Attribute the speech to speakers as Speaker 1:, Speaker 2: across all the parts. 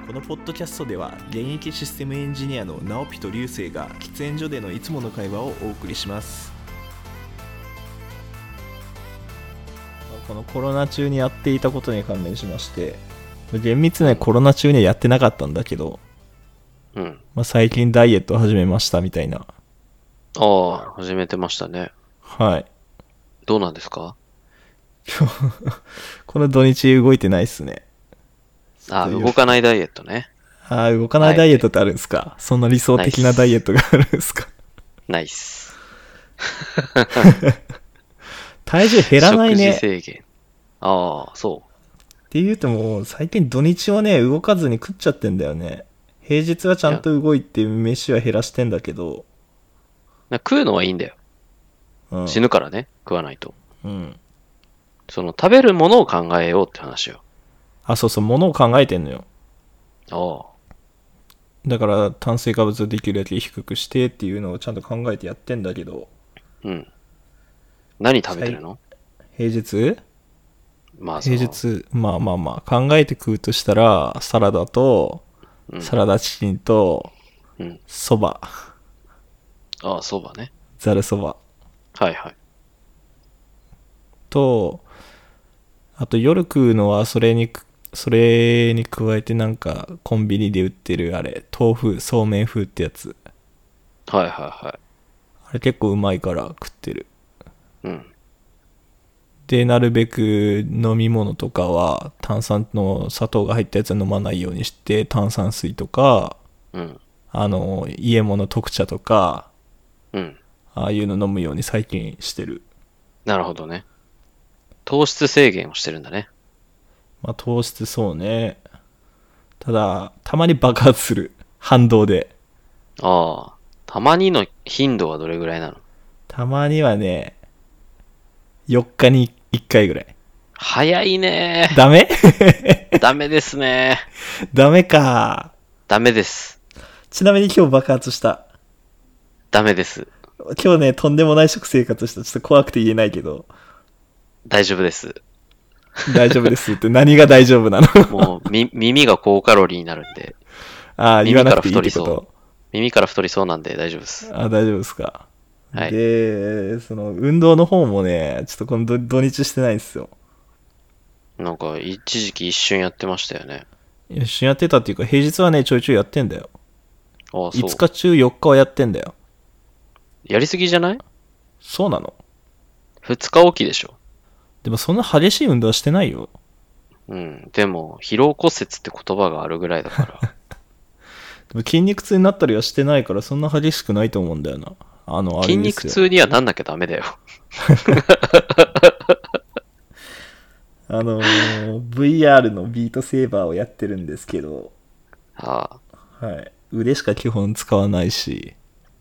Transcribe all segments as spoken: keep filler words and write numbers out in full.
Speaker 1: このポッドキャストでは現役システムエンジニアの直樹と流星が喫煙所でのいつもの会話をお送りします。このコロナ中にやっていたことに関連しまして、厳密にはコロナ中にはやってなかったんだけど、
Speaker 2: うん
Speaker 1: まあ、最近ダイエットを始めましたみたいな。
Speaker 2: ああ、始めてましたね。
Speaker 1: はい。
Speaker 2: どうなんですか？
Speaker 1: この土日動いてないっすね。
Speaker 2: ああ、動かないダイエットね。
Speaker 1: ああ、動かないダイエットってあるんですか？そんな理想的なダイエットがあるんですか？
Speaker 2: ナイス。
Speaker 1: 体重減らないね。
Speaker 2: 食事制限。ああ、そう。
Speaker 1: って言うともう最近土日はね、動かずに食っちゃってんだよね。平日はちゃんと動いて飯は減らしてんだけど。
Speaker 2: 食うのはいいんだよ。
Speaker 1: うん、
Speaker 2: 死ぬからね、食わないと。
Speaker 1: うん。
Speaker 2: その食べるものを考えようって話よ。
Speaker 1: あ、そうそう、ものを考えてんのよ。
Speaker 2: ああ。
Speaker 1: だから炭水化物をできるだけ低くしてっていうのをちゃんと考えてやってんだけど。
Speaker 2: うん。何食べてるの？
Speaker 1: 平日？
Speaker 2: まあ、
Speaker 1: 平日、まあまあまあ、考えて食うとしたら、サラダと、うん、サラダチキンと、そば、
Speaker 2: うん。ああ、そばね。
Speaker 1: ざるそば。
Speaker 2: はいはい。
Speaker 1: と、あと夜食うのは、それに、それに加えてなんか、コンビニで売ってるあれ、豆腐、そうめん風ってやつ。
Speaker 2: はいはいはい。
Speaker 1: あれ結構うまいから食ってる。
Speaker 2: うん。
Speaker 1: で、なるべく飲み物とかは炭酸の砂糖が入ったやつは飲まないようにして、炭酸水とか、
Speaker 2: うん、
Speaker 1: あの、家物特茶とか、
Speaker 2: うん、
Speaker 1: ああいうの飲むように最近してる。
Speaker 2: なるほどね。糖質制限をしてるんだね。
Speaker 1: まあ糖質そうね。ただ、たまに爆発する。反動で。
Speaker 2: ああ、たまにの頻度はどれぐらいなの？
Speaker 1: たまにはね、よっかにいっかいぐらい。
Speaker 2: 早いねー。
Speaker 1: ダメ？
Speaker 2: ダメですね。
Speaker 1: ダメか。
Speaker 2: ダメです。
Speaker 1: ちなみに今日爆発した。
Speaker 2: ダメです。
Speaker 1: 今日ね、とんでもない食生活した。ちょっと怖くて言えないけど。
Speaker 2: 大丈夫です。
Speaker 1: 大丈夫ですって何が大丈夫なの？
Speaker 2: もうみ耳が高カロリーになるんで。
Speaker 1: ああ、言わなくていいってこと？
Speaker 2: 耳から太りそうなんで大丈夫です。
Speaker 1: ああ、大丈夫ですか。
Speaker 2: はい、
Speaker 1: で、その運動の方もね、ちょっとこの土土日してないんですよ。
Speaker 2: なんか一時期一瞬やってましたよね。
Speaker 1: 一瞬やってたっていうか、平日はね、ちょいちょいやってんだよ。
Speaker 2: ああ、そう。
Speaker 1: いつか中よっかはやってんだよ。
Speaker 2: やりすぎじゃない？
Speaker 1: そうなの？
Speaker 2: ふつかおきでしょ。
Speaker 1: でもそんな激しい運動はしてないよ。
Speaker 2: うん。でも、疲労骨折って言葉があるぐらいだから。
Speaker 1: でも筋肉痛になったりはしてないから、そんな激しくないと思うんだよな。あの、あれですよ。
Speaker 2: 筋肉痛にはなんなきゃダメだよ。
Speaker 1: あのー、ブイアール のビートセーバーをやってるんですけど、
Speaker 2: は
Speaker 1: あ、はい。腕しか基本使わないし。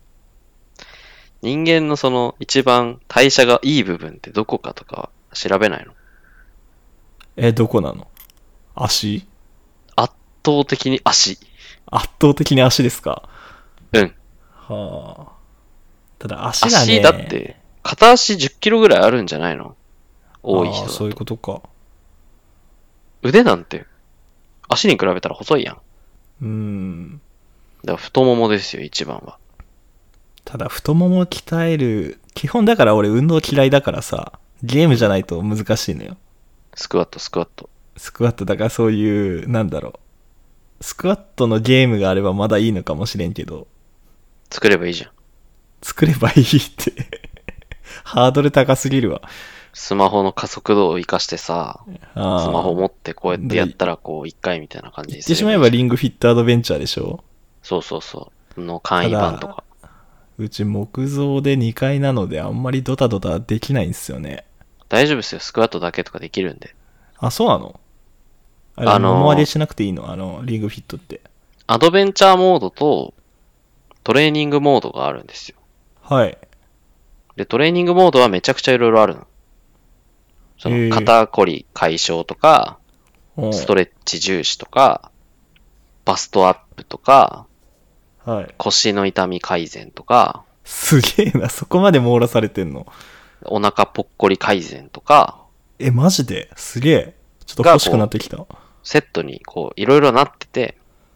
Speaker 2: 人間のその一番代謝がいい部分ってどこかとか調べないの？
Speaker 1: え、どこなの？足？
Speaker 2: 圧倒的に足。
Speaker 1: 圧倒的に足ですか？
Speaker 2: うん。
Speaker 1: はあ。ただ足がね。
Speaker 2: 足だって、片足じゅっキロぐらいあるんじゃないの？多い人だと。
Speaker 1: そういうことか。
Speaker 2: 腕なんて、足に比べたら細いやん。
Speaker 1: うーん。
Speaker 2: だから太ももですよ、一番は。
Speaker 1: ただ太ももを鍛える、基本だから俺運動嫌いだからさ、ゲームじゃないと難しいのよ。
Speaker 2: スクワット、スクワット。
Speaker 1: スクワットだからそういう、なんだろう。スクワットのゲームがあればまだいいのかもしれんけど。
Speaker 2: 作ればいいじゃん。
Speaker 1: 作ればいいってハードル高すぎるわ。
Speaker 2: スマホの加速度を活かしてさ、スマホ持ってこうやってやったらこう一回みたいな感じに
Speaker 1: する。言ってしまえばリングフィットアドベンチャーでしょ？
Speaker 2: そうそうそう。の簡易版とか。
Speaker 1: うち木造でにかいなのであんまりドタドタできないんですよね。
Speaker 2: 大丈夫ですよ。スクワットだけとかできるんで。
Speaker 1: あ、そうなの？あれ、あのー、もも割れしなくていいの？あの、リングフィットって。
Speaker 2: アドベンチャーモードとトレーニングモードがあるんですよ。
Speaker 1: はい。
Speaker 2: で、トレーニングモードはめちゃくちゃいろいろあるの。その、肩こり解消とか、ストレッチ重視とか、バストアップとか、
Speaker 1: はい、
Speaker 2: 腰の痛み改善とか。
Speaker 1: すげえな、そこまで網羅されてんの？
Speaker 2: お腹ぽっこり改善とか。
Speaker 1: え、マジで？すげえ。ちょっと欲しくなってきた。
Speaker 2: セットにこう、いろいろなってて、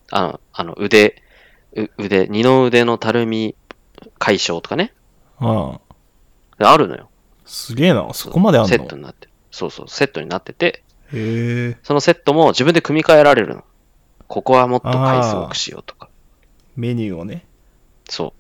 Speaker 2: あの、あの腕、腕、二の腕のたるみ解消とかね。
Speaker 1: あ
Speaker 2: あるのよ。
Speaker 1: すげえな、そこまであんの？
Speaker 2: セットになってる。そうそう、セットになってて、
Speaker 1: へえ。
Speaker 2: そのセットも自分で組み替えられるの。ここはもっと回数多くしようとか。
Speaker 1: メニューをね。
Speaker 2: そう。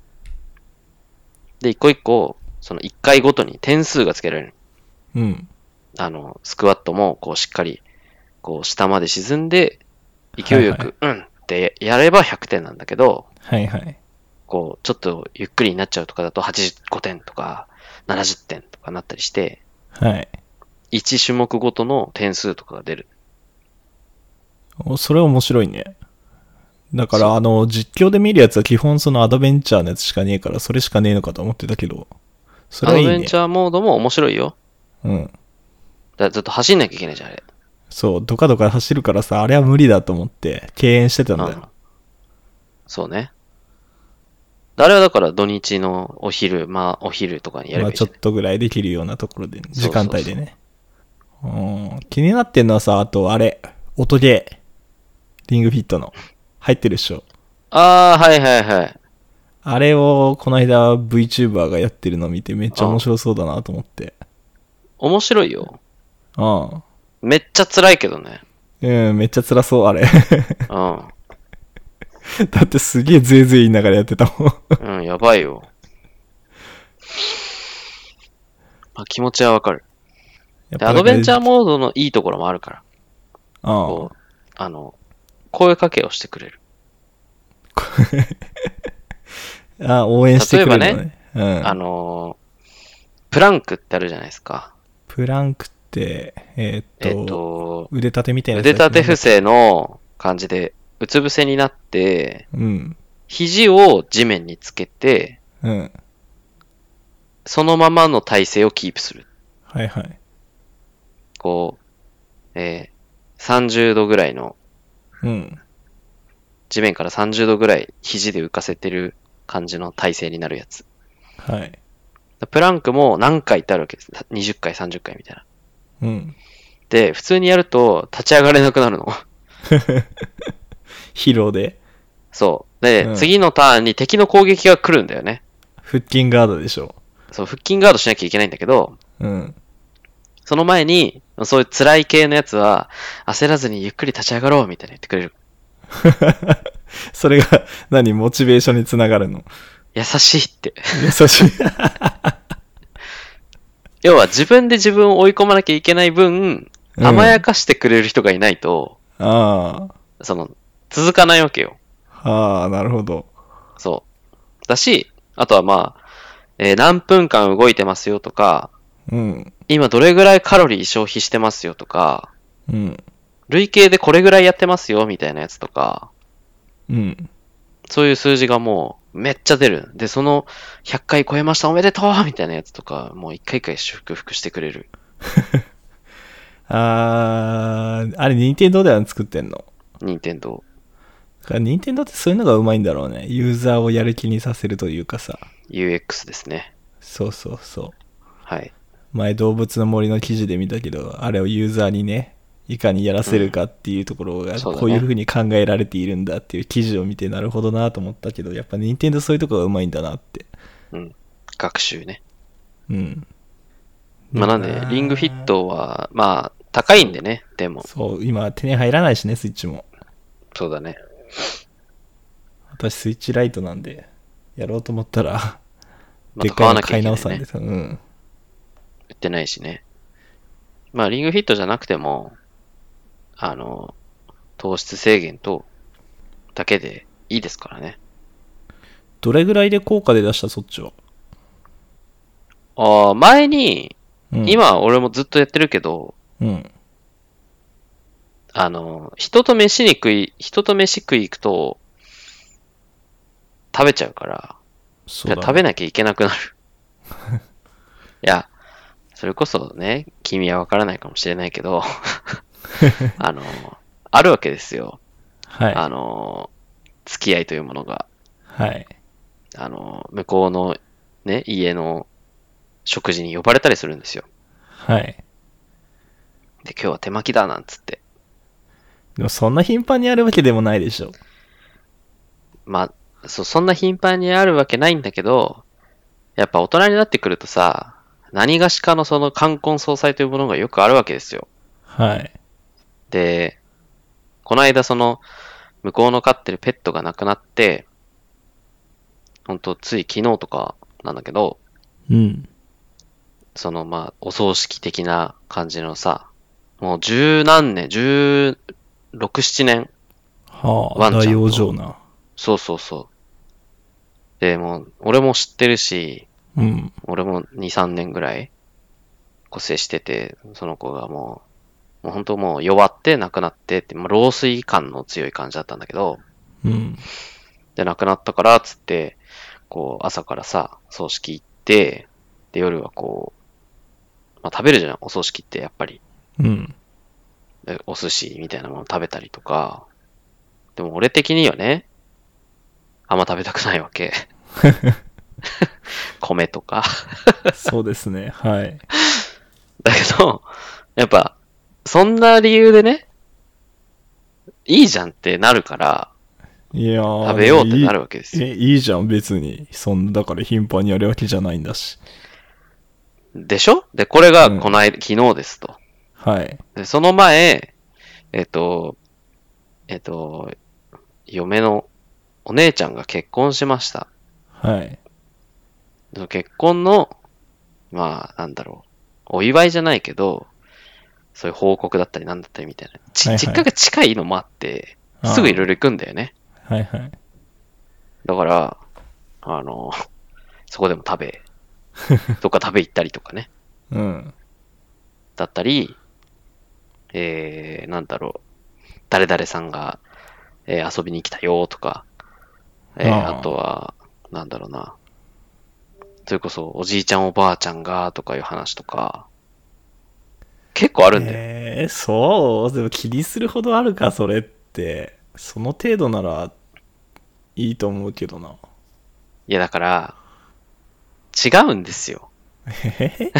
Speaker 2: で、一個一個、その一回ごとに点数がつけられる。
Speaker 1: うん。
Speaker 2: あの、スクワットも、こう、しっかり、こう、下まで沈んで、勢いよく、はいはい、うんってやればひゃくてんなんだけど、
Speaker 1: はいはい。
Speaker 2: こう、ちょっとゆっくりになっちゃうとかだとはちじゅうごてんとか、ななじゅってんとかなったりして、
Speaker 1: はい。
Speaker 2: いち種目ごとの点数とかが出る。
Speaker 1: それ面白いね。だから、あの、実況で見るやつは基本そのアドベンチャーのやつしかねえから、それしかねえのかと思ってたけど、それはいいね。
Speaker 2: アドベンチャーモードも面白いよ。
Speaker 1: うん。
Speaker 2: だからずっと走んなきゃいけないじゃん、あれ。
Speaker 1: そう、ドカドカ走るからさ、あれは無理だと思って、敬遠してたんだよ。うん、
Speaker 2: そうね。あれはだから土日のお昼、まあお昼とかにやればいいじゃん。
Speaker 1: まあちょっとぐらいできるようなところで、時間帯でね。そうそうそう、うん、気になってんのはさ、あとあれ、音ゲー。リングフィットの。入ってるっしょ。
Speaker 2: ああ、はいはいはい。
Speaker 1: あれをこの間 VTuber がやってるのを見てめっちゃ面白そうだなと思って。
Speaker 2: 面白いよ。
Speaker 1: ああ。
Speaker 2: めっちゃ辛いけどね。
Speaker 1: うん、めっちゃ辛そう、あれ。
Speaker 2: うん。
Speaker 1: だってすげえぜいぜい言いながらやってたも
Speaker 2: ん。うん、やばいよ。まあ、気持ちはわかる。で、アドベンチャーモードのいいところもあるから。
Speaker 1: ああ。
Speaker 2: こう、あの、声かけをしてくれる。
Speaker 1: あ、応援してくれるのね。
Speaker 2: 例えばね、うん、あのー、プランクってあるじゃないですか。
Speaker 1: プランクって、えー、っと、えー、っと腕立てみたいなやつ。
Speaker 2: 腕立て伏せの感じで、うつ伏せになって、
Speaker 1: うん、
Speaker 2: 肘を地面につけて、
Speaker 1: うん、
Speaker 2: そのままの体勢をキープする。
Speaker 1: はいはい。
Speaker 2: こう、えー、さんじゅうどぐらいの、
Speaker 1: うん、
Speaker 2: 地面からさんじゅうどぐらい肘で浮かせてる感じの体勢になるやつ。
Speaker 1: はい。
Speaker 2: プランクも何回ってあるわけです。にじゅっかい、さんじゅっかいみたいな。
Speaker 1: うん。
Speaker 2: で、普通にやると立ち上がれなくなるの。
Speaker 1: 疲労で。
Speaker 2: そう。で、うん、次のターンに敵の攻撃が来るんだよね。
Speaker 1: 腹筋ガードでしょ。
Speaker 2: そう、腹筋ガードしなきゃいけないんだけど、
Speaker 1: うん。
Speaker 2: その前に、そういう辛い系のやつは、焦らずにゆっくり立ち上がろうみたいな言ってくれる。
Speaker 1: それが何モチベーションにつながるの？
Speaker 2: 優しいって。
Speaker 1: 優しい。
Speaker 2: 要は自分で自分を追い込まなきゃいけない分、うん、甘やかしてくれる人がいないと、
Speaker 1: ああ。
Speaker 2: その、続かないわけよ。
Speaker 1: ああ、なるほど。
Speaker 2: そう。だし、あとはまあ、えー、何分間動いてますよとか、
Speaker 1: うん、
Speaker 2: 今どれぐらいカロリー消費してますよとか、
Speaker 1: うん、
Speaker 2: 累計でこれぐらいやってますよみたいなやつとか、
Speaker 1: うん、
Speaker 2: そういう数字がもうめっちゃ出る。で、そのひゃっかい超えましたおめでとうみたいなやつとか、もう一回一回祝福してくれる。
Speaker 1: あー、あれ任天堂では作ってんの？
Speaker 2: 任天堂。
Speaker 1: 任天堂ってそういうのがうまいんだろうね。ユーザーをやる気にさせるというかさ。
Speaker 2: ユーエックス ですね。
Speaker 1: そうそうそう。
Speaker 2: はい。
Speaker 1: 前動物の森の記事で見たけど、あれをユーザーにね、いかにやらせるかっていうところが、こういう風に考えられているんだっていう記事を見て、なるほどなと思ったけど、やっぱ任天堂そういうところがうまいんだなって。
Speaker 2: うん。学習ね。
Speaker 1: うん。
Speaker 2: まあなんで、リングフィットは、まあ、高いんでね、でも。
Speaker 1: そう、今手に入らないしね、スイッチも。
Speaker 2: そうだね。
Speaker 1: 私スイッチライトなんで、やろうと思ったら、
Speaker 2: また買わなきゃいけない、ね。
Speaker 1: でっかいの買い直さんでさ、うん。
Speaker 2: 売ってないしね。まあ、リングフィットじゃなくても、あの、糖質制限と、だけでいいですからね。
Speaker 1: どれぐらいで効果で出した、そっちは？
Speaker 2: ああ、前に、
Speaker 1: うん、
Speaker 2: 今俺もずっとやってるけど、
Speaker 1: うん。
Speaker 2: あの、人と飯に食い、人と飯食い行くと、食べちゃうから、
Speaker 1: そうだね、
Speaker 2: 食べなきゃいけなくなる。いや、それこそね、君はわからないかもしれないけど、あの、あるわけですよ。
Speaker 1: はい。
Speaker 2: あの、付き合いというものが。
Speaker 1: はい。
Speaker 2: あの、向こうのね、家の食事に呼ばれたりするんですよ。
Speaker 1: はい。
Speaker 2: で、今日は手巻きだなんつって。
Speaker 1: でもそんな頻繁にやるわけでもないでしょ。
Speaker 2: まあ、そ、そんな頻繁にあるわけないんだけど、やっぱ大人になってくるとさ、何がしかのその冠婚葬祭というものがよくあるわけですよ。
Speaker 1: はい。
Speaker 2: で、この間その、向こうの飼ってるペットが亡くなって、ほんとつい昨日とかなんだけど、
Speaker 1: うん。
Speaker 2: そのまあ、お葬式的な感じのさ、もう十何年、十六、七年。
Speaker 1: はあ、大往生な。
Speaker 2: そうそうそう。で、もう、俺も知ってるし、
Speaker 1: うん。
Speaker 2: 俺もに、さんねんぐらい、こう接してて、その子がもう、もう本当もう弱って亡くなってって、まあ、老衰感の強い感じだったんだけど、
Speaker 1: うん。
Speaker 2: で、亡くなったから、つって、こう、朝からさ、葬式行って、で、夜はこう、まあ、食べるじゃん、お葬式ってやっぱり。
Speaker 1: うん。
Speaker 2: でお寿司みたいなもの食べたりとか、でも俺的にはね、あんま食べたくないわけ。米とか。
Speaker 1: そうですね。はい。
Speaker 2: だけど、やっぱ、そんな理由でね、いいじゃんってなるから、
Speaker 1: いやー、
Speaker 2: 食べようってなるわけですよ。
Speaker 1: え、いいじゃん、別に。そんだから頻繁にやるわけじゃないんだし。
Speaker 2: でしょで、これがこの間、うん、昨日ですと。
Speaker 1: はい。
Speaker 2: で、その前、えっと、えっと、嫁のお姉ちゃんが結婚しました。
Speaker 1: はい。
Speaker 2: その結婚の、まあ、なんだろう。お祝いじゃないけど、そういう報告だったりなんだったりみたいな。ち、はいはい、実家が近いのもあって、すぐいろいろ行くんだよね。
Speaker 1: はいはい。
Speaker 2: だから、あの、そこでも食べ、どっか食べ行ったりとかね。
Speaker 1: うん。
Speaker 2: だったり、えー、なんだろう。誰々さんが、えー、遊びに来たよとか、えー、あ, あとは、なんだろうな。それこそ、おじいちゃんおばあちゃんが、とかいう話とか、結構あるんだよ。
Speaker 1: えー、そうでも気にするほどあるか、それって。その程度なら、いいと思うけどな。
Speaker 2: いや、だから、違うんですよ。
Speaker 1: ええ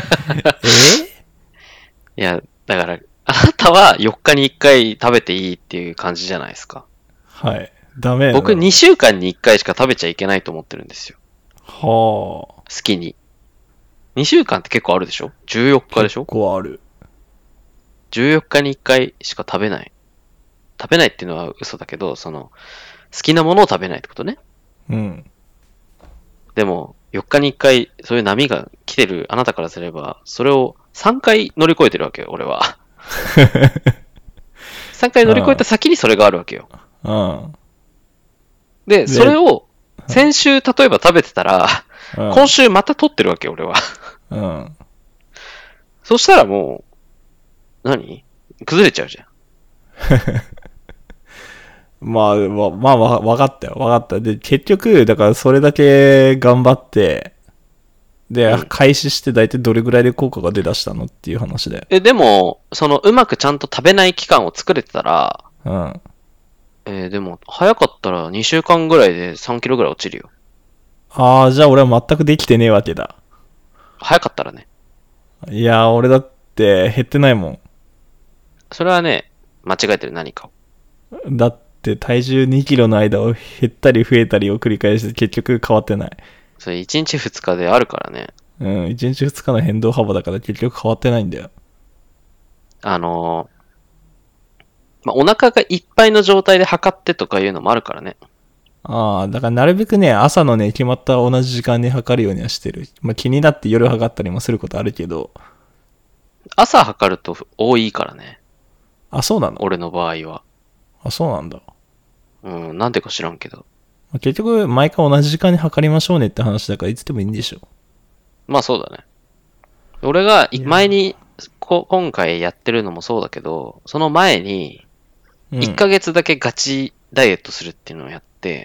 Speaker 2: いや、だから、あなたはよっかにいっかい食べていいっていう感じじゃないですか。
Speaker 1: はい。ダメ
Speaker 2: 僕にしゅうかんにいっかいしか食べちゃいけないと思ってるんですよ。
Speaker 1: はあ。
Speaker 2: 好きに。にしゅうかんって結構あるでしょ ?じゅうよっ 日でしょ
Speaker 1: 結構ある。
Speaker 2: じゅうよっかにいっかいしか食べない。食べないっていうのは嘘だけど、その、好きなものを食べないってことね。
Speaker 1: うん。
Speaker 2: でも、よっかにいっかい、そういう波が来てるあなたからすれば、それをさんかい乗り越えてるわけよ、俺は。さんかい乗り越えた先にそれがあるわけよ。
Speaker 1: うん。
Speaker 2: で、それを、先週例えば食べてたら、うん、今週また取ってるわけよ、俺は。
Speaker 1: うん。
Speaker 2: そしたらもう、何崩れちゃうじゃん。
Speaker 1: まあ、ま、まあ、わ、わかったよ。わかった。で、結局、だからそれだけ頑張って、で、うん、開始して大体どれぐらいで効果が出だしたのっていう話で。
Speaker 2: え、でも、その、うまくちゃんと食べない期間を作れてたら、
Speaker 1: うん。
Speaker 2: えー、でも、早かったらにしゅうかんぐらいでさんキロぐらい落ちるよ。
Speaker 1: ああ、じゃあ俺は全くできてねえわけだ。
Speaker 2: 早かったらね。
Speaker 1: いやー、俺だって減ってないもん。
Speaker 2: それはね、間違えてる何かを。
Speaker 1: だって体重にキロの間を減ったり増えたりを繰り返して結局変わってない。
Speaker 2: それいちにちふつかであるからね。
Speaker 1: うん、いちにちふつかの変動幅だから結局変わってないんだよ。
Speaker 2: あのー、まあ、お腹がいっぱいの状態で測ってとかいうのもあるからね。
Speaker 1: ああ、だからなるべくね、朝のね、決まった同じ時間に測るようにはしてる。まあ、気になって夜測ったりもすることあるけど。
Speaker 2: 朝測ると多いからね。
Speaker 1: あ、そうなの？
Speaker 2: 俺の場合は。
Speaker 1: あ、そうなんだ。
Speaker 2: うん、なんでか知らんけど。
Speaker 1: まあ、結局、毎回同じ時間に測りましょうねって話だからいつでもいいんでしょ。
Speaker 2: まあそうだね。俺が前にこ今回やってるのもそうだけど、その前にいっかげつだけガチダイエットするっていうのをやって、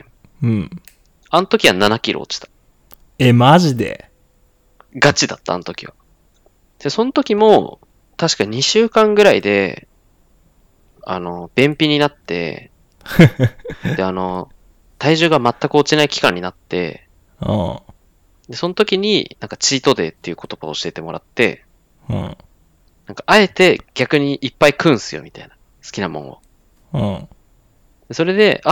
Speaker 1: うん。
Speaker 2: あの時はななキロ落ちた。
Speaker 1: え、マジで？
Speaker 2: ガチだった、あの時は。で、その時も、確かにしゅうかんぐらいで、あの、便秘になって、で、あの、体重が全く落ちない期間になって、
Speaker 1: ああ。
Speaker 2: で、その時に、なんかチートデーっていう言葉を教えてもらって、
Speaker 1: うん。
Speaker 2: なんか、あえて逆にいっぱい食うんすよ、みたいな。好きなもんを。
Speaker 1: うん。
Speaker 2: それで、あ、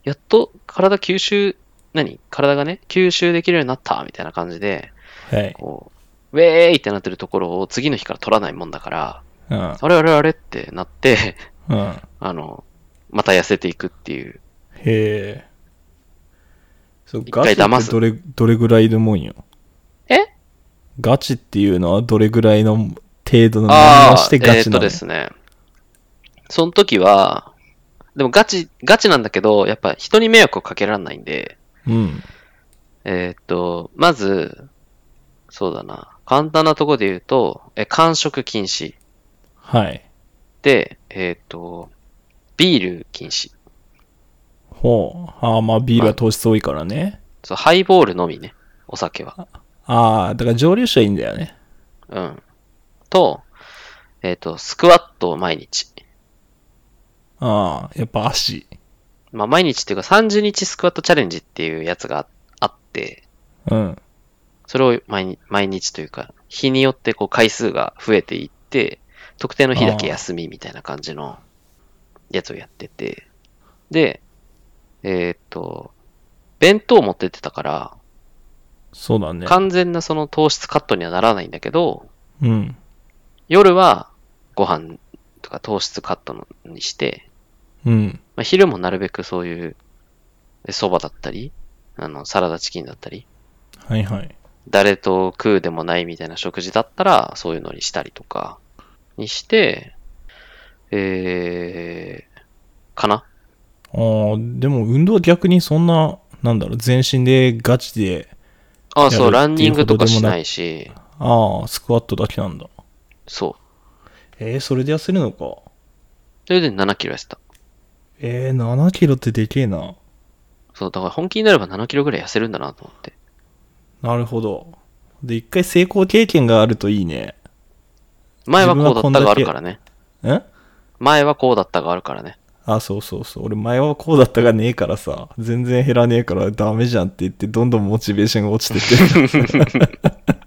Speaker 2: やっと体吸収、何体がね、吸収できるようになったみたいな感じで、
Speaker 1: はい。
Speaker 2: こう、ウェーイってなってるところを次の日から取らないもんだから、
Speaker 1: うん。
Speaker 2: あれあれあれってなって、
Speaker 1: うん。
Speaker 2: あの、また痩せていくっていう。
Speaker 1: へえ。そう、
Speaker 2: 一
Speaker 1: ガチって
Speaker 2: 回騙す
Speaker 1: どれ、どれぐらいのもんよ。
Speaker 2: え
Speaker 1: ガチっていうのはどれぐらいの程度の何
Speaker 2: ああ、
Speaker 1: をしてガ
Speaker 2: えーっと
Speaker 1: チなの？
Speaker 2: ですね。その時は、でもガチ、ガチなんだけど、やっぱ人に迷惑をかけられないんで、
Speaker 1: うん。
Speaker 2: えーっと、まず、そうだな。簡単なところで言うと、え、間食禁止。
Speaker 1: はい。
Speaker 2: で、えーっと、ビール禁止。
Speaker 1: ほう。ああ、まあビールは糖質多いからね。
Speaker 2: そう、ハイボールのみね。お酒は。
Speaker 1: ああ、だから蒸留酒はいいんだよね。
Speaker 2: うん。と、えーっと、スクワットを毎日。
Speaker 1: ああ、やっぱ足。
Speaker 2: まあ、毎日っていうかさんじゅうにちスクワットチャレンジっていうやつがあって、
Speaker 1: うん。
Speaker 2: それを毎日、毎日というか、日によってこう回数が増えていって、特定の日だけ休みみたいな感じのやつをやってて、で、えーっと、弁当持ってってたから、
Speaker 1: そうだね。
Speaker 2: 完全なその糖質カットにはならないんだけど、
Speaker 1: うん。
Speaker 2: 夜はご飯とか糖質カットにして、
Speaker 1: うん。
Speaker 2: まあ、昼もなるべくそういう蕎麦だったり、あの、サラダチキンだったり、
Speaker 1: はいはい。
Speaker 2: 誰と食うでもないみたいな食事だったら、そういうのにしたりとか、にして、えー、かな
Speaker 1: ああ、でも運動は逆にそんな、なんだろう、全身でガチで
Speaker 2: あ、そう、
Speaker 1: やる
Speaker 2: ランニング
Speaker 1: っていうほどでもなく、
Speaker 2: とかしないし、
Speaker 1: ああ、スクワットだけなんだ。
Speaker 2: そう。
Speaker 1: えー、それで痩せるのか。
Speaker 2: それでななキロ痩せた。
Speaker 1: えー、ななキロってでけえな。
Speaker 2: そう、だから本気になればななキロぐらい痩せるんだなと思って。
Speaker 1: なるほど。で、一回成功経験があるといいね。
Speaker 2: 前はこうだったがあるからね。
Speaker 1: ん
Speaker 2: 前はこうだったがあるからね。
Speaker 1: あ、そうそうそう。俺前はこうだったがねえからさ、全然減らねえからダメじゃんって言って、どんどんモチベーションが落ちてて。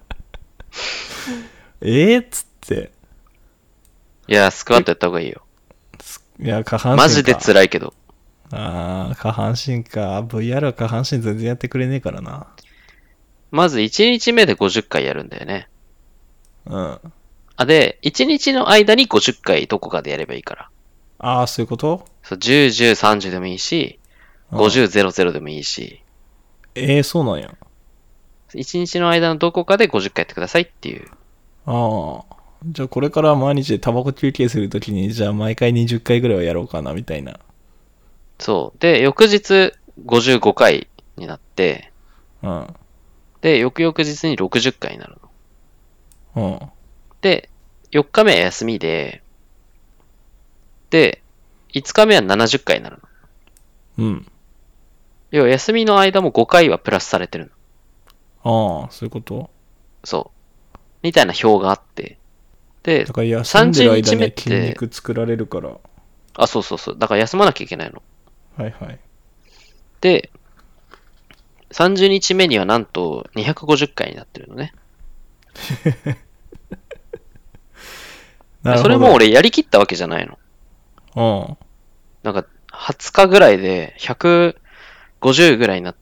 Speaker 1: えーっつって。
Speaker 2: いや、スクワットやった方がいいよ。
Speaker 1: いや、下半身か。
Speaker 2: マジで辛いけど。
Speaker 1: あー、下半身か。ブイアール は下半身全然やってくれねえからな。
Speaker 2: まずいちにちめでごじゅっかいやるんだよね。
Speaker 1: うん。
Speaker 2: あ、で、いちにちの間にごじゅっかいどこかでやればいいから。
Speaker 1: あー、そういうこと？
Speaker 2: そう、じゅう、じゅう、さんじゅうでもいいし、ごじゅう、ゼロ、ゼロでもいいし、
Speaker 1: えー、そうなんや。
Speaker 2: いちにちの間のどこかでごじゅっかいやってくださいっていう。
Speaker 1: ああ。じゃあこれから毎日タバコ休憩するときに、じゃあ毎回にじゅっかいぐらいはやろうかな、みたいな。
Speaker 2: そう。で、翌日ごじゅうごかいになって、
Speaker 1: うん。
Speaker 2: で、翌々日にろくじゅっかいになるの。
Speaker 1: うん。
Speaker 2: で、よっかめは休みで、で、いつかめはななじゅっかいになるの。
Speaker 1: うん。
Speaker 2: 要は休みの間もごかいはプラスされてる
Speaker 1: ああ、そういうこと？
Speaker 2: そう。みたいな表があって。で、
Speaker 1: だから休んでる
Speaker 2: 30日
Speaker 1: 間に
Speaker 2: 目って
Speaker 1: 筋肉作られるから。
Speaker 2: あ、そうそうそう。だから休まなきゃいけないの。
Speaker 1: はいはい。
Speaker 2: で、さんじゅうにちめにはなんとにひゃくごじゅっかいになってるのね。
Speaker 1: なるほど。
Speaker 2: それも俺やりきったわけじゃないの。
Speaker 1: うん。
Speaker 2: なんかはつかぐらいでひゃくごじゅうぐらいになって、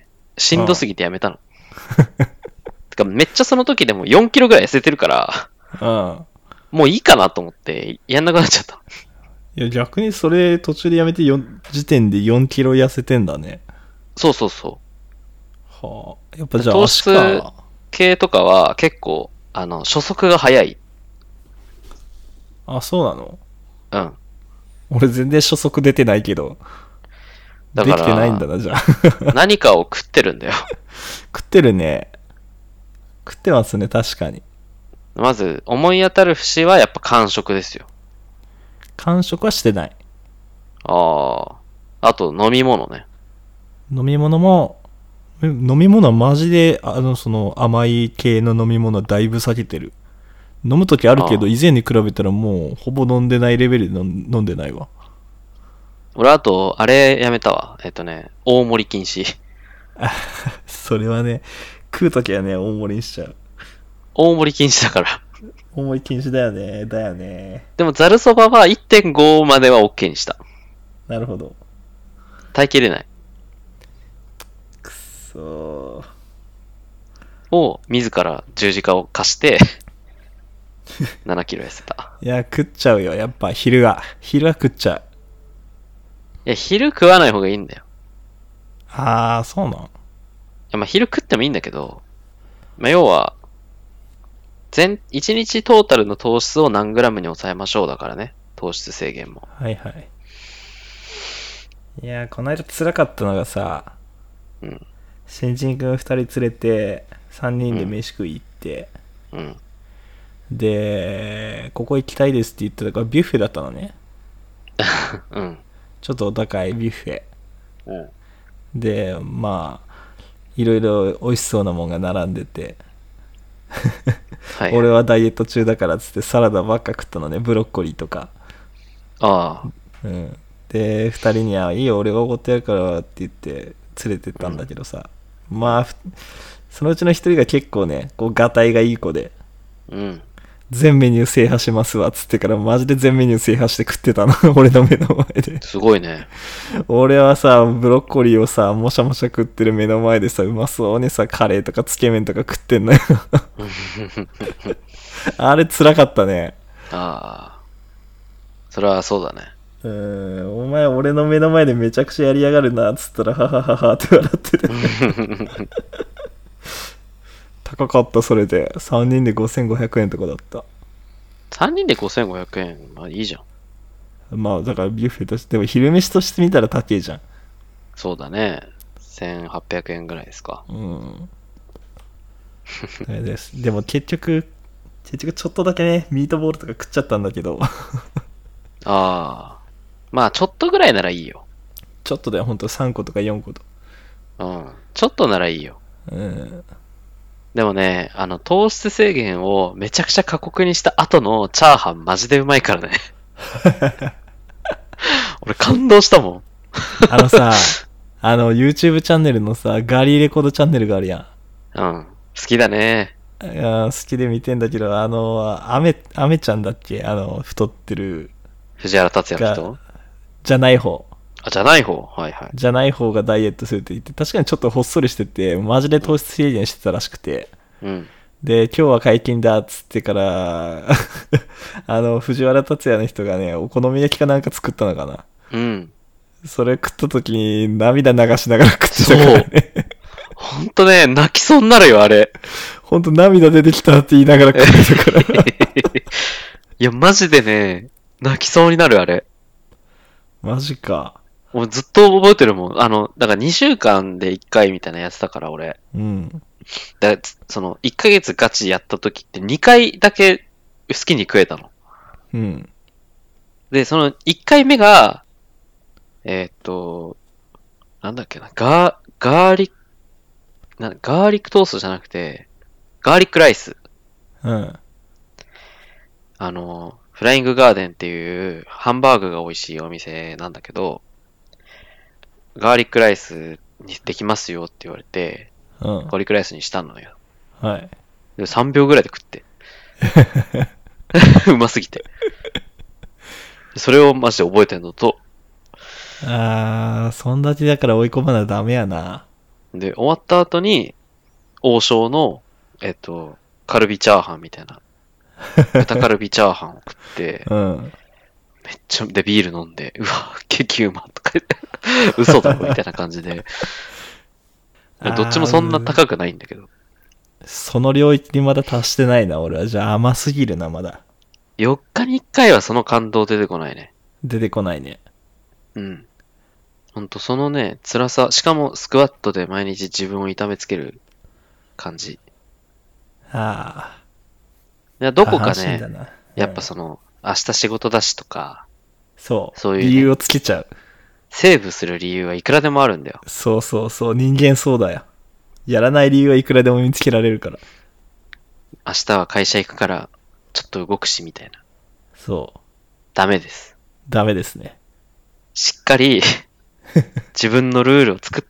Speaker 2: しんどすぎてやめたの。てかめっちゃその時でもよんキロぐらい痩せてるから、
Speaker 1: うん。
Speaker 2: もういいかなと思ってやんなくなっちゃった。
Speaker 1: いや、逆にそれ途中でやめてよ時点でよんキロ痩せてんだね。
Speaker 2: そうそうそう。
Speaker 1: はあ。やっぱじゃあ足か。
Speaker 2: 糖質系とかは結構、あの、初速が早い。
Speaker 1: あ、そうなの？
Speaker 2: うん。
Speaker 1: 俺全然初速出てないけど。
Speaker 2: だから
Speaker 1: できてないんだな、じゃあ。
Speaker 2: 何かを食ってるんだよ。
Speaker 1: 食ってるね。食ってますね、確かに。
Speaker 2: まず、思い当たる節はやっぱ間食ですよ。
Speaker 1: 間食はしてない。
Speaker 2: ああ。あと、飲み物ね。
Speaker 1: 飲み物も、飲み物はマジで、あの、その甘い系の飲み物はだいぶ避けてる。飲むときあるけど、以前に比べたらもう、ほぼ飲んでないレベルで飲んでないわ。
Speaker 2: 俺、あと、あれやめたわ。えっとね、大盛り禁止。
Speaker 1: それはね、食うときはね、大盛りにしちゃう。
Speaker 2: 大盛り禁止だから。
Speaker 1: 大盛り禁止だよね、だよね。
Speaker 2: でも、ざるそばはいってんごまでは OK にした。
Speaker 1: なるほど。
Speaker 2: 耐えきれない。
Speaker 1: そ
Speaker 2: を自ら十字架を貸してななキロ痩せた。
Speaker 1: いや食っちゃうよやっぱ昼は昼は食っちゃう。
Speaker 2: いや昼食わない方がいいんだよ。
Speaker 1: ああそうなん。い
Speaker 2: やまあ昼食ってもいいんだけど、まあ要は全いちにちトータルの糖質を何グラムに抑えましょうだからね、糖質制限も。
Speaker 1: はいはい。いやこの間辛かったのがさ、
Speaker 2: うん、
Speaker 1: 新人君ふたり連れてさんにんで飯食い行って、
Speaker 2: うん、
Speaker 1: でここ行きたいですって言ってたからビュッフェだったのね。
Speaker 2: うん、
Speaker 1: ちょっとお高いビュッフェ、
Speaker 2: うん、
Speaker 1: でまあいろいろ美味しそうなもんが並んでてはい、俺はダイエット中だからっつってサラダばっか食ったのね、ブロッコリーとか。
Speaker 2: ああ、
Speaker 1: うん、でふたりにはいいよ俺がおごってやるからって言って連れてったんだけどさ、うん、まあそのうちのひとりが結構ねこうガタイがいい子で、
Speaker 2: うん、
Speaker 1: 全メニュー制覇しますわっつってからマジで全メニュー制覇して食ってたの俺の目の前で。
Speaker 2: すごいね。
Speaker 1: 俺はさブロッコリーをさもしゃもしゃ食ってる目の前でさうまそうにさカレーとかつけ麺とか食ってんのよあれ辛かったね。
Speaker 2: ああそれはそうだね。
Speaker 1: うーんお前俺の目の前でめちゃくちゃやりやがるなっつったらハハハハって笑ってて高かった。それでさんにんでごせんごひゃくえんとかだった。
Speaker 2: さんにんでごせんごひゃくえん、まあいいじゃ
Speaker 1: ん。まあだからビュッフェとして、でも昼飯として見たら高いじゃん。
Speaker 2: そうだね。せんはっぴゃくえんぐらいですか。
Speaker 1: うんです。でも結局結局ちょっとだけねミートボールとか食っちゃったんだけどあ
Speaker 2: あまあちょっとぐらいならいいよ。
Speaker 1: ちょっとだよほんとさんことかよんこと。
Speaker 2: うんちょっとならいいよ。
Speaker 1: うん
Speaker 2: でもね、あの、糖質制限をめちゃくちゃ過酷にした後のチャーハンマジでうまいからね。俺感動したもん。
Speaker 1: あのさ、あの YouTube チャンネルのさ、ガーリーレコードチャンネルがあるや
Speaker 2: ん。うん。好きだね。
Speaker 1: いや好きで見てんだけど、あの、アメ、アメちゃんだっけ、あの、太ってる。
Speaker 2: 藤原達也の人
Speaker 1: じゃない方。
Speaker 2: あ、じゃない方はいはい。
Speaker 1: じゃない方がダイエットするって言って、確かにちょっとほっそりしてて、マジで糖質制限してたらしくて。
Speaker 2: うん。
Speaker 1: で、今日は解禁だっつってから、あの、藤原達也の人がね、お好み焼きかなんか作ったのかな。
Speaker 2: うん。
Speaker 1: それ食った時に涙流しながら食ってたからね。
Speaker 2: ほんとね、泣きそうになるよ、あれ。
Speaker 1: ほんと涙出てきたって言いながら食ってたから。
Speaker 2: いや、マジでね、泣きそうになる、あれ。
Speaker 1: マジか。
Speaker 2: もうずっと覚えてるもん。あの、だからにしゅうかんでいっかいみたいなやつだから、俺。
Speaker 1: うん。
Speaker 2: だその、いっかげつガチやった時ってにかいだけ好きに食えたの。
Speaker 1: うん。
Speaker 2: で、そのいっかいめが、えー、っと、なんだっけな、ガー、ガーリック、なガーリックトーストじゃなくて、ガーリックライス。
Speaker 1: うん。
Speaker 2: あの、フライングガーデンっていうハンバーグが美味しいお店なんだけど、ガーリックライスにできますよって言われて、うん、ガーリックライスにしたのよ。
Speaker 1: はい。
Speaker 2: でさんびょうぐらいで食って。うますぎて。それをマジで覚えてんのと。
Speaker 1: あー、そんだけだから追い込まなダメやな。
Speaker 2: で、終わった後に、王将の、えっと、カルビチャーハンみたいな。豚カルビチャーハンを食って、
Speaker 1: うん、
Speaker 2: めっちゃ、で、ビール飲んで、うわ、激うまとか言って、嘘だろみたいな感じで。どっちもそんな高くないんだけど。
Speaker 1: その領域にまだ達してないな、俺は。じゃあ甘すぎるな、まだ。
Speaker 2: よっかにいっかいはその感動出てこないね。
Speaker 1: 出てこないね。
Speaker 2: うん。ほんとそのね、辛さ、しかもスクワットで毎日自分を痛めつける感じ。
Speaker 1: ああ。
Speaker 2: いや、どこかね、うん、やっぱその、明日仕事だしとか、
Speaker 1: そう。
Speaker 2: そういう、ね、
Speaker 1: 理由をつけちゃう。
Speaker 2: セーブする理由はいくらでもあるんだよ。
Speaker 1: そうそうそう、人間そうだよ。やらない理由はいくらでも見つけられるから。
Speaker 2: 明日は会社行くから、ちょっと動くし、みたいな。
Speaker 1: そう。
Speaker 2: ダメです。
Speaker 1: ダメですね。
Speaker 2: しっかり、自分のルールを作って、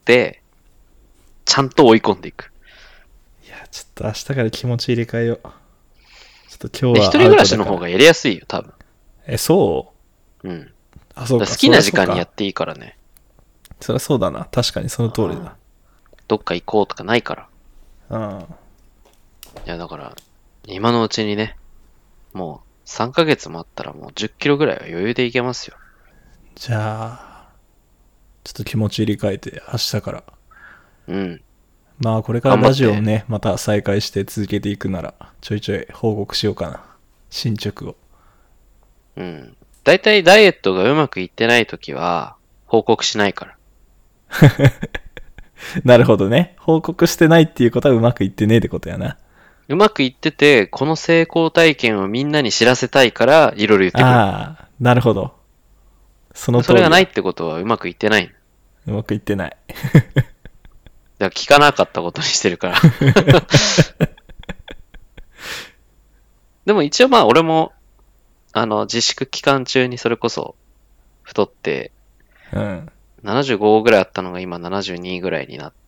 Speaker 2: ちゃんと追い込んでいく。
Speaker 1: いや、ちょっと明日から気持ち入れ替えよう。ちょっと今日は。
Speaker 2: 一人暮らしの方がやりやすいよ、多分。
Speaker 1: え、そう？
Speaker 2: うん。
Speaker 1: あ、そうか。
Speaker 2: 好きな時間にやっていいからね。
Speaker 1: そりゃそうだな。確かにその通りだ。
Speaker 2: どっか行こうとかないか
Speaker 1: ら。うん。
Speaker 2: いや、だから、今のうちにね、もうさんかげつもあったらもうじゅっキロぐらいは余裕でいけますよ。
Speaker 1: じゃあ、ちょっと気持ち入れ替えて、明日から。
Speaker 2: うん。
Speaker 1: まあ、これからラジオをね、また再開して続けていくなら、ちょいちょい報告しようかな。進捗を。
Speaker 2: うん。だいたいダイエットがうまくいってないときは、報告しないから。
Speaker 1: なるほどね。報告してないっていうことはうまくいってねえってことやな。
Speaker 2: うまくいってて、この成功体験をみんなに知らせたいから、いろいろ言ってくる。
Speaker 1: ああ、なるほど。その通り。
Speaker 2: それがないってことはうまくいってない。
Speaker 1: うまくいってない。
Speaker 2: だから聞かなかったことにしてるから。でも一応まあ俺も、あの、自粛期間中にそれこそ太って、
Speaker 1: うん。
Speaker 2: ななじゅうごぐらいあったのが今ななじゅうにぐらいになって、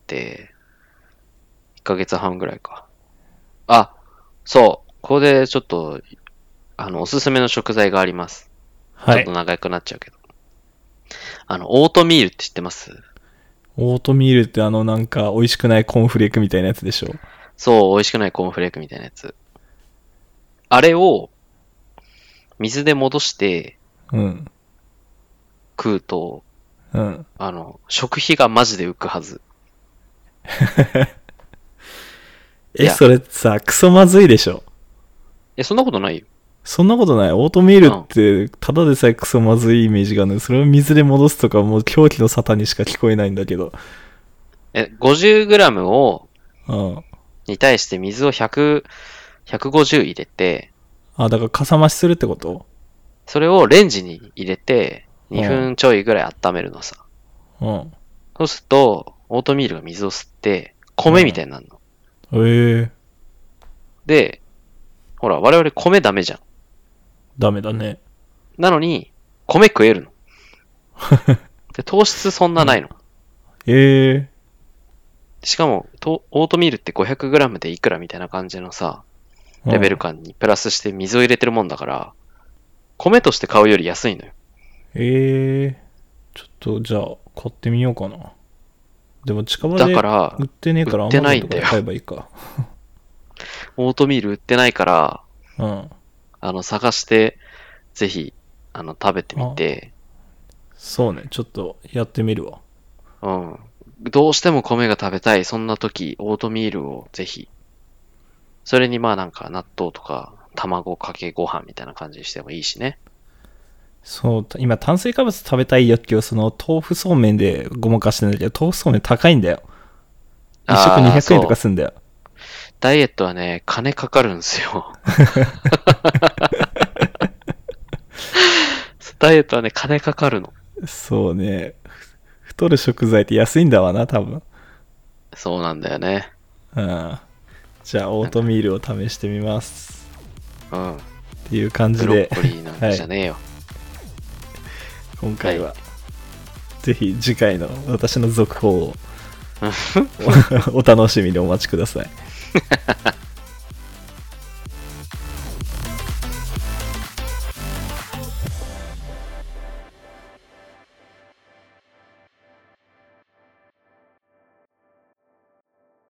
Speaker 2: いっかげつはんぐらいか。あ、そう。ここでちょっと、あの、おすすめの食材があります。
Speaker 1: はい。
Speaker 2: ちょっと長くなっちゃうけど。あの、オートミールって知ってます？
Speaker 1: オートミールってあのなんか美味しくないコーンフレークみたいなやつでしょ？
Speaker 2: そう、美味しくないコーンフレークみたいなやつ。あれを、水で戻して、
Speaker 1: うん。
Speaker 2: 食うと、
Speaker 1: うん。
Speaker 2: あの、食費がマジで浮くはず。
Speaker 1: え、それさ、クソまずいでしょ？
Speaker 2: え、そんなことないよ。
Speaker 1: そんなことない。オートミールって、ただでさえクソまずいイメージがある。それを水で戻すとか、もう狂気の沙汰にしか聞こえないんだけど。
Speaker 2: え、ごじゅうグラム を、
Speaker 1: うん。
Speaker 2: に対して水をひゃく、ひゃくごじゅう入れて、
Speaker 1: あ、だからかさ増しするってこと？
Speaker 2: それをレンジに入れて、にふんちょいぐらい温めるのさ。
Speaker 1: うん。
Speaker 2: そうすると、オートミールが水を吸って、米みたいになるの。
Speaker 1: うん、へえ。
Speaker 2: で、ほら、我々米ダメじゃん。
Speaker 1: ダメだね。
Speaker 2: なのに、米食えるの。で、糖質そんなないの。
Speaker 1: へえ。
Speaker 2: しかも、とオートミールって ごひゃくグラム でいくらみたいな感じのさ、レベル感にプラスして水を入れてるもんだから、米として買うより安いのよ。
Speaker 1: へえ。ちょっと、じゃあ、買ってみようかな。でも近場で
Speaker 2: だから
Speaker 1: 売ってねえから
Speaker 2: 売ってないんだよ
Speaker 1: Amazon とかで買えばいいか。
Speaker 2: オートミール売ってないから、
Speaker 1: うん。
Speaker 2: あの、探して、ぜひ、あの、食べてみて。
Speaker 1: そうね、ちょっとやってみるわ。
Speaker 2: うん。どうしても米が食べたい、そんな時、オートミールをぜひ。それにまあなんか納豆とか、卵かけご飯みたいな感じにしてもいいしね。
Speaker 1: そう、今炭水化物食べたい欲求をその豆腐そうめんでごまかしてんだけど、豆腐そうめん高いんだよ。一食にひゃくえんとかすんだよ。
Speaker 2: ダイエットはね、金かかるんですよ。ダイエットはね、金かかるの。
Speaker 1: そうね。太る食材って安いんだわな、多分。
Speaker 2: そうなんだよね。
Speaker 1: うん。じゃあ、オートミールを試してみます。
Speaker 2: うん。っ
Speaker 1: っていう感じで。
Speaker 2: ブロッコリーなんかじゃねえよ。はい、
Speaker 1: 今回は、はい、ぜひ次回の私の続報をお楽しみにお待ちください。